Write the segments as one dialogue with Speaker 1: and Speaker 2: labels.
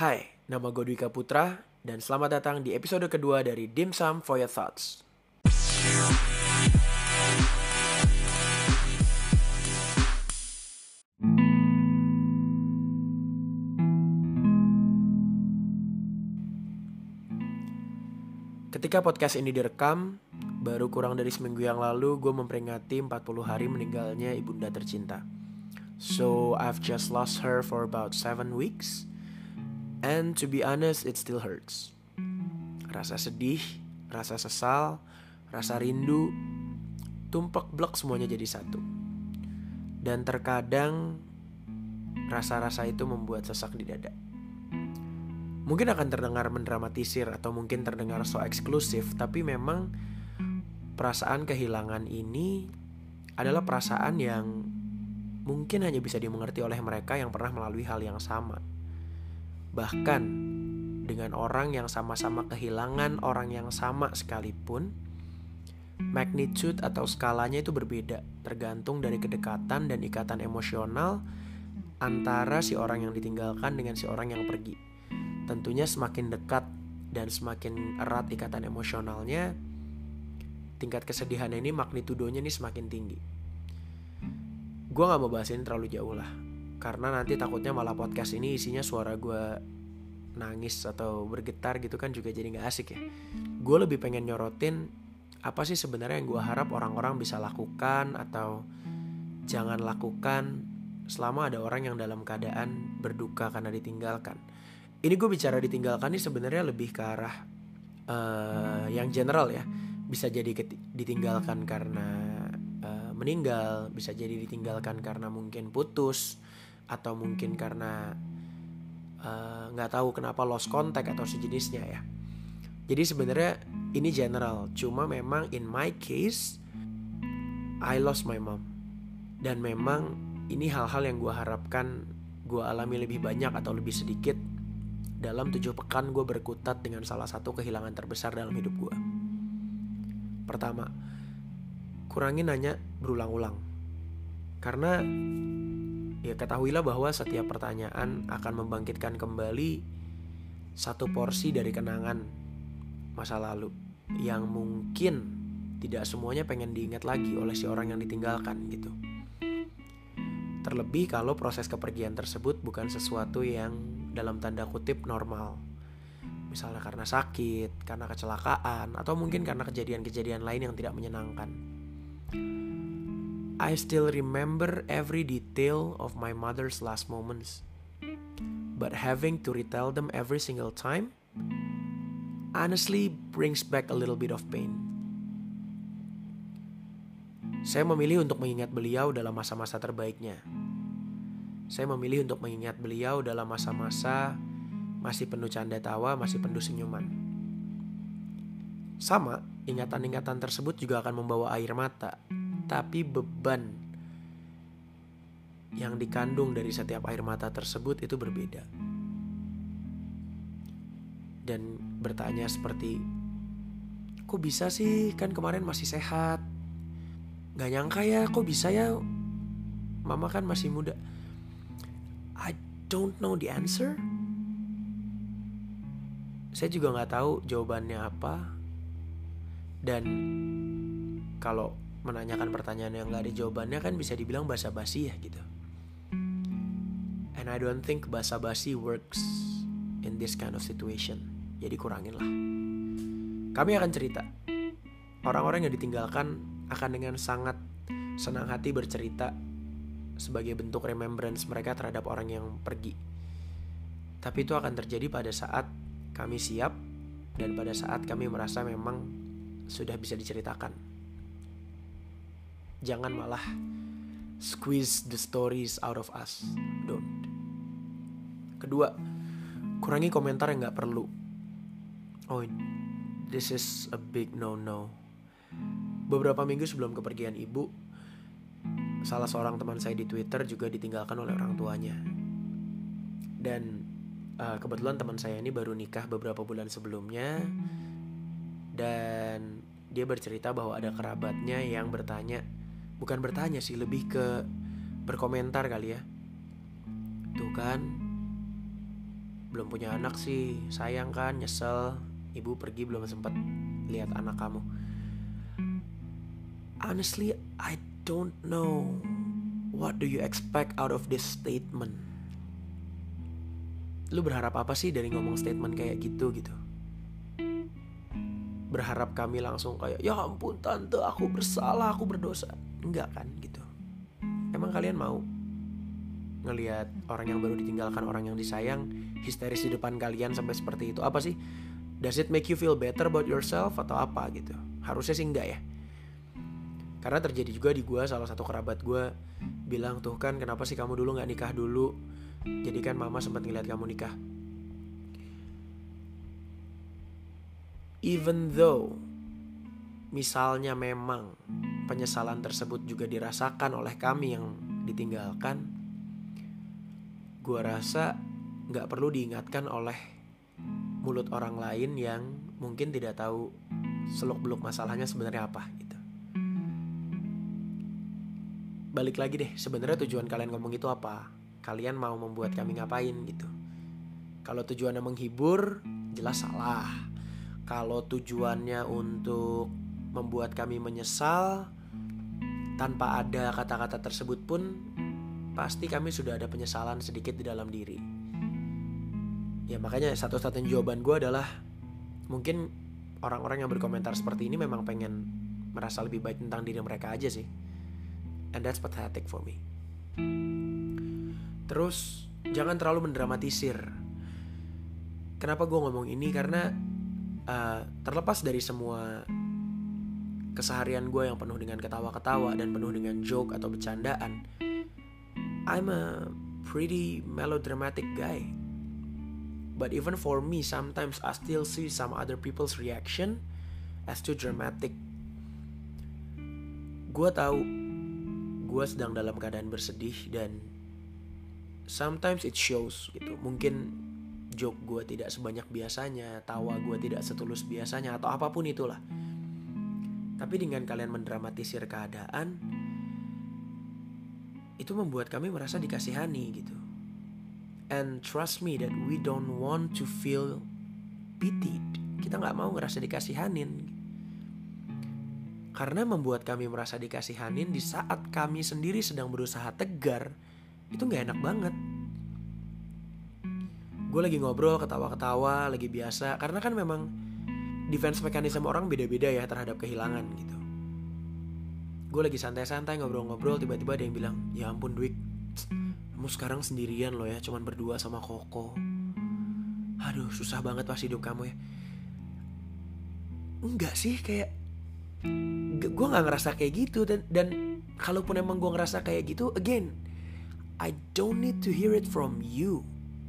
Speaker 1: Hai, nama gue Dwika Putra dan selamat datang di episode kedua dari Dim Sum for Your Thoughts. Ketika podcast ini direkam, baru kurang dari seminggu yang lalu gue memperingati 40 hari meninggalnya ibunda tercinta. So, I've just lost her for about 7 weeks. And to be honest, it still hurts. Rasa sedih, rasa sesal, rasa rindu, tumplek blek semuanya jadi satu. Dan terkadang rasa-rasa itu membuat sesak di dada. Mungkin akan terdengar mendramatisir atau mungkin terdengar so eksklusif, tapi memang perasaan kehilangan ini adalah perasaan yang mungkin hanya bisa dimengerti oleh mereka yang pernah melalui hal yang sama. Bahkan dengan orang yang sama-sama kehilangan orang yang sama sekalipun, magnitude atau skalanya itu berbeda, tergantung dari kedekatan dan ikatan emosional antara si orang yang ditinggalkan dengan si orang yang pergi. Tentunya semakin dekat dan semakin erat ikatan emosionalnya, tingkat kesedihan ini magnitudonya ini semakin tinggi. Gue gak mau bahas ini terlalu jauh lah, karena nanti takutnya malah podcast ini isinya suara gue nangis atau bergetar gitu kan juga jadi gak asik ya. Gue lebih pengen nyorotin apa sih sebenarnya yang gue harap orang-orang bisa lakukan atau jangan lakukan selama ada orang yang dalam keadaan berduka karena ditinggalkan. Ini gue bicara ditinggalkan ini sebenarnya lebih ke arah yang general ya. Bisa jadi ditinggalkan karena meninggal, bisa jadi ditinggalkan karena mungkin putus, atau mungkin karena nggak tahu kenapa lost contact atau sejenisnya ya. Jadi sebenarnya ini general, cuma memang in my case I lost my mom. Dan memang ini hal-hal yang gue harapkan gue alami lebih banyak atau lebih sedikit dalam 7 pekan gue berkutat dengan salah satu kehilangan terbesar dalam hidup gue. Pertama, kurangi nanya berulang-ulang. Karena ya ketahuilah bahwa setiap pertanyaan akan membangkitkan kembali satu porsi dari kenangan masa lalu yang mungkin tidak semuanya pengen diingat lagi oleh si orang yang ditinggalkan gitu. Terlebih kalau proses kepergian tersebut bukan sesuatu yang dalam tanda kutip normal. Misalnya karena sakit, karena kecelakaan, atau mungkin karena kejadian-kejadian lain yang tidak menyenangkan. I still remember every detail of my mother's last moments. But having to retell them every single time honestly brings back a little bit of pain. Saya memilih untuk mengingat beliau dalam masa-masa terbaiknya. Saya memilih untuk mengingat beliau dalam masa-masa masih penuh canda tawa, masih penuh senyuman. Sama, ingatan-ingatan tersebut juga akan membawa air mata. Tapi beban yang dikandung dari setiap air mata tersebut itu berbeda. Dan bertanya seperti, kok bisa sih, kan kemarin masih sehat. Gak nyangka ya, kok bisa ya, mama kan masih muda. I don't know the answer. Saya juga gak tahu jawabannya apa. Dan kalau menanyakan pertanyaan yang gak ada jawabannya kan bisa dibilang basa-basi ya gitu. And I don't think basa-basi works in this kind of situation. Jadi kurangin lah. Kami akan cerita. Orang-orang yang ditinggalkan akan dengan sangat senang hati bercerita sebagai bentuk remembrance mereka terhadap orang yang pergi. Tapi itu akan terjadi pada saat kami siap dan pada saat kami merasa memang sudah bisa diceritakan. Jangan malah squeeze the stories out of us. Don't. Kedua, kurangi komentar yang gak perlu. Oh, this is a big no-no. Beberapa minggu sebelum kepergian ibu, salah seorang teman saya di Twitter juga ditinggalkan oleh orang tuanya. Dan kebetulan teman saya ini baru nikah beberapa bulan sebelumnya. Dan dia bercerita bahwa ada kerabatnya yang bertanya, bukan bertanya sih, lebih ke berkomentar kali ya. Tuh kan, belum punya anak sih, sayang kan, nyesel. Ibu pergi belum sempat lihat anak kamu. Honestly, I don't know. What do you expect out of this statement? Lu berharap apa sih dari ngomong statement kayak gitu? Berharap kami langsung kayak, ya ampun tante, aku bersalah, aku berdosa. Enggak kan gitu. Emang kalian mau ngelihat orang yang baru ditinggalkan orang yang disayang histeris di depan kalian sampai seperti itu? Apa sih? Does it make you feel better about yourself atau apa gitu? Harusnya sih enggak ya. Karena terjadi juga di gue, salah satu kerabat gue bilang, tuh kan kenapa sih kamu dulu gak nikah dulu? Jadi kan mama sempat ngeliat kamu nikah. Even though misalnya memang penyesalan tersebut juga dirasakan oleh kami yang ditinggalkan, gue rasa gak perlu diingatkan oleh mulut orang lain yang mungkin tidak tahu seluk-beluk masalahnya sebenarnya apa gitu. Balik lagi deh, sebenarnya tujuan kalian ngomong itu apa? Kalian mau membuat kami ngapain gitu? Kalau tujuannya menghibur, jelas salah. Kalau tujuannya untuk membuat kami menyesal, tanpa ada kata-kata tersebut pun pasti kami sudah ada penyesalan sedikit di dalam diri. Ya makanya satu-satunya jawaban gue adalah, mungkin orang-orang yang berkomentar seperti ini memang pengen merasa lebih baik tentang diri mereka aja sih. And that's pathetic for me. Terus jangan terlalu mendramatisir. Kenapa gue ngomong ini? Karena terlepas dari semua keseharian gue yang penuh dengan ketawa-ketawa dan penuh dengan joke atau bercandaan, I'm a pretty melodramatic guy. But even for me, sometimes I still see some other people's reaction as too dramatic. Gue tahu gue sedang dalam keadaan bersedih dan sometimes it shows gitu. Mungkin joke gue tidak sebanyak biasanya, tawa gue tidak setulus biasanya, atau apapun itulah. Tapi dengan kalian mendramatisir keadaan, itu membuat kami merasa dikasihani gitu. And trust me that we don't want to feel pitied. Kita gak mau ngerasa dikasihanin. Karena membuat kami merasa dikasihanin di saat kami sendiri sedang berusaha tegar, itu gak enak banget. Gue lagi ngobrol, ketawa-ketawa, lagi biasa. Karena kan memang defense mechanism orang beda-beda ya terhadap kehilangan gitu. Gue lagi santai-santai ngobrol-ngobrol, tiba-tiba ada yang bilang, ya ampun Dwik, kamu sekarang sendirian loh ya, cuman berdua sama Koko. Aduh, susah banget pas hidup kamu ya. Enggak sih, kayak gue gak ngerasa kayak gitu. Dan kalaupun emang gue ngerasa kayak gitu, again, I don't need to hear it from you.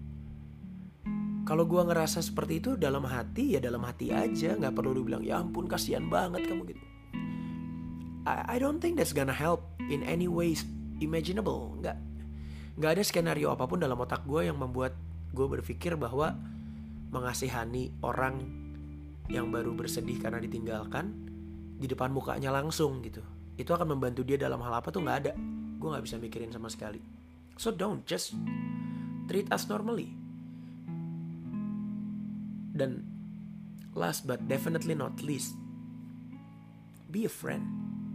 Speaker 1: Kalau gue ngerasa seperti itu dalam hati, ya dalam hati aja. Gak perlu lu bilang, ya ampun kasihan banget kamu gitu. I don't think that's gonna help in any ways imaginable. Gak ada skenario apapun dalam otak gue yang membuat gue berpikir bahwa mengasihani orang yang baru bersedih karena ditinggalkan di depan mukanya langsung gitu, itu akan membantu dia dalam hal apa tuh gak ada. Gue gak bisa mikirin sama sekali. So don't, just treat us normally. Dan last but definitely not least, be a friend.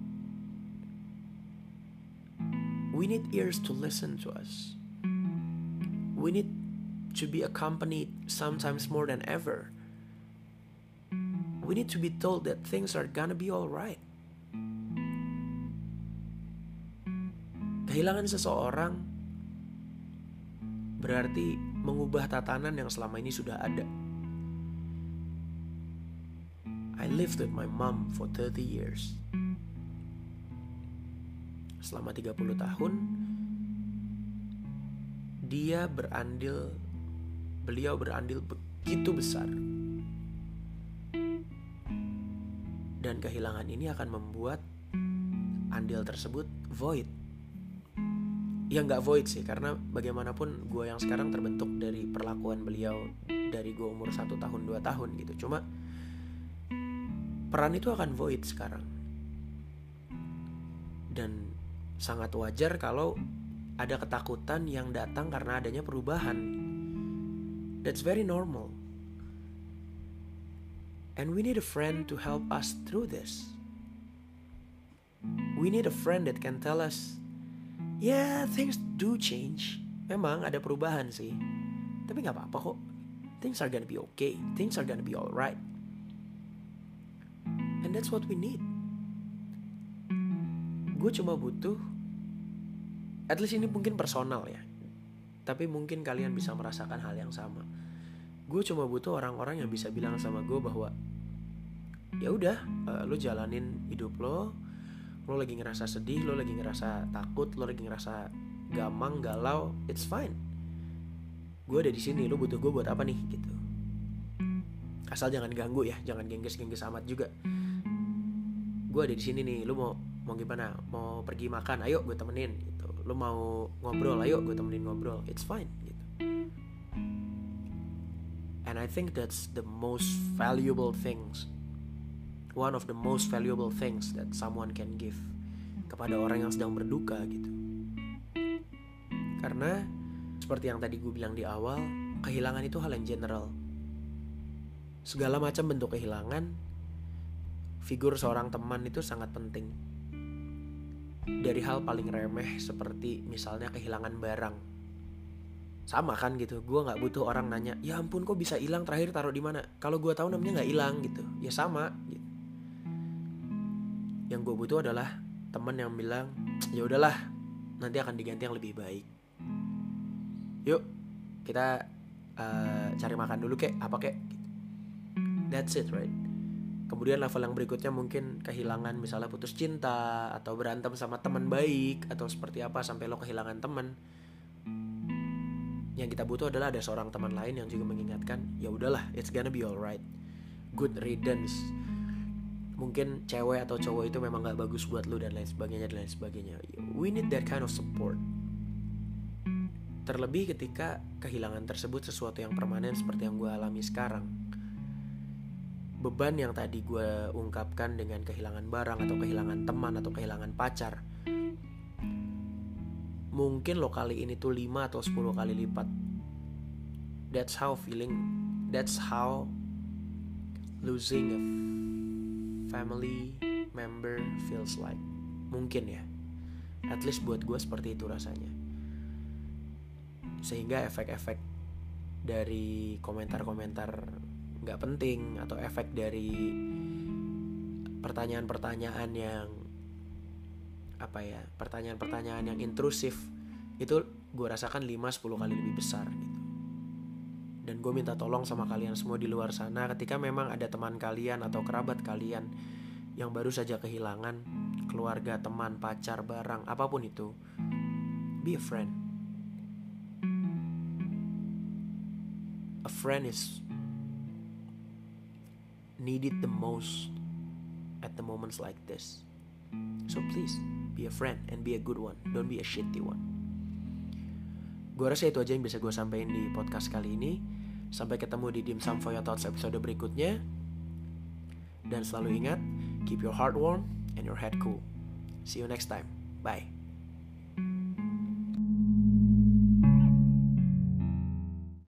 Speaker 1: We need ears to listen to us. We need to be accompanied sometimes more than ever. We need to be told that things are gonna be alright. Kehilangan seseorang berarti mengubah tatanan yang selama ini sudah ada. I lived with my mom for 30 years. Selama 30 tahun beliau berandil begitu besar. Dan kehilangan ini akan membuat andil tersebut void. Ya gak void sih, karena bagaimanapun gue yang sekarang terbentuk dari perlakuan beliau dari gue umur 1 tahun 2 tahun gitu. Cuma peran itu akan void sekarang. Dan sangat wajar kalau ada ketakutan yang datang karena adanya perubahan. That's very normal. And we need a friend to help us through this. We need a friend that can tell us, yeah, things do change. Memang ada perubahan sih, tapi gak apa-apa kok. Things are gonna be okay. Things are gonna be alright. And that's what we need. Gue cuma butuh, at least ini mungkin personal ya, tapi mungkin kalian bisa merasakan hal yang sama. Gue cuma butuh orang-orang yang bisa bilang sama gue bahwa ya udah, lo jalanin hidup lo lagi ngerasa sedih, lo lagi ngerasa takut, lo lagi ngerasa gamang, galau, it's fine. Gue ada di sini, lo butuh gue buat apa nih gitu. Asal jangan ganggu ya, jangan gengges-gengges amat juga. Gue ada di sini nih, lo mau gimana? Mau pergi makan, ayo gue temenin gitu. Lo mau ngobrol, ayo gue temenin ngobrol, it's fine gitu. And I think that's the most valuable things. One of the most valuable things that someone can give kepada orang yang sedang berduka gitu. Karena seperti yang tadi gue bilang di awal, kehilangan itu hal yang general. Segala macam bentuk kehilangan, figur seorang teman itu sangat penting. Dari hal paling remeh seperti misalnya kehilangan barang. Sama kan gitu, gue gak butuh orang nanya, ya ampun kok bisa hilang, terakhir taruh di mana? Kalau gue tahu namanya gak hilang gitu, ya sama gitu. Yang gue butuh adalah teman yang bilang, ya udahlah, nanti akan diganti yang lebih baik. Yuk, kita cari makan dulu kek, apa kek gitu. That's it, right? Kemudian level yang berikutnya mungkin kehilangan, misalnya putus cinta atau berantem sama teman baik atau seperti apa sampai lo kehilangan teman. Yang kita butuh adalah ada seorang teman lain yang juga mengingatkan, ya udahlah, it's gonna be alright. Good riddance. Mungkin cewek atau cowok itu memang gak bagus buat lu dan lain sebagainya. We need that kind of support. Terlebih ketika kehilangan tersebut sesuatu yang permanen seperti yang gue alami sekarang. Beban yang tadi gue ungkapkan dengan kehilangan barang atau kehilangan teman atau kehilangan pacar, mungkin lo kali ini tuh 5 atau 10 kali lipat. That's how losing a family member feels like. Mungkin ya, at least buat gue seperti itu rasanya. Sehingga efek-efek dari komentar-komentar gak penting atau efek dari pertanyaan-pertanyaan yang pertanyaan-pertanyaan yang intrusif itu gue rasakan 5-10 kali lebih besar gitu. Dan gue minta tolong sama kalian semua di luar sana, ketika memang ada teman kalian atau kerabat kalian yang baru saja kehilangan keluarga, teman, pacar, barang, apapun itu, be a friend. A friend is needed the most at the moments like this. So please, be a friend and be a good one. Don't be a shitty one. Gue rasa itu aja yang bisa gue sampaikan di podcast kali ini. Sampai ketemu di Dim Sum for Your Thoughts episode berikutnya. Dan selalu ingat, keep your heart warm and your head cool. See you next time. Bye.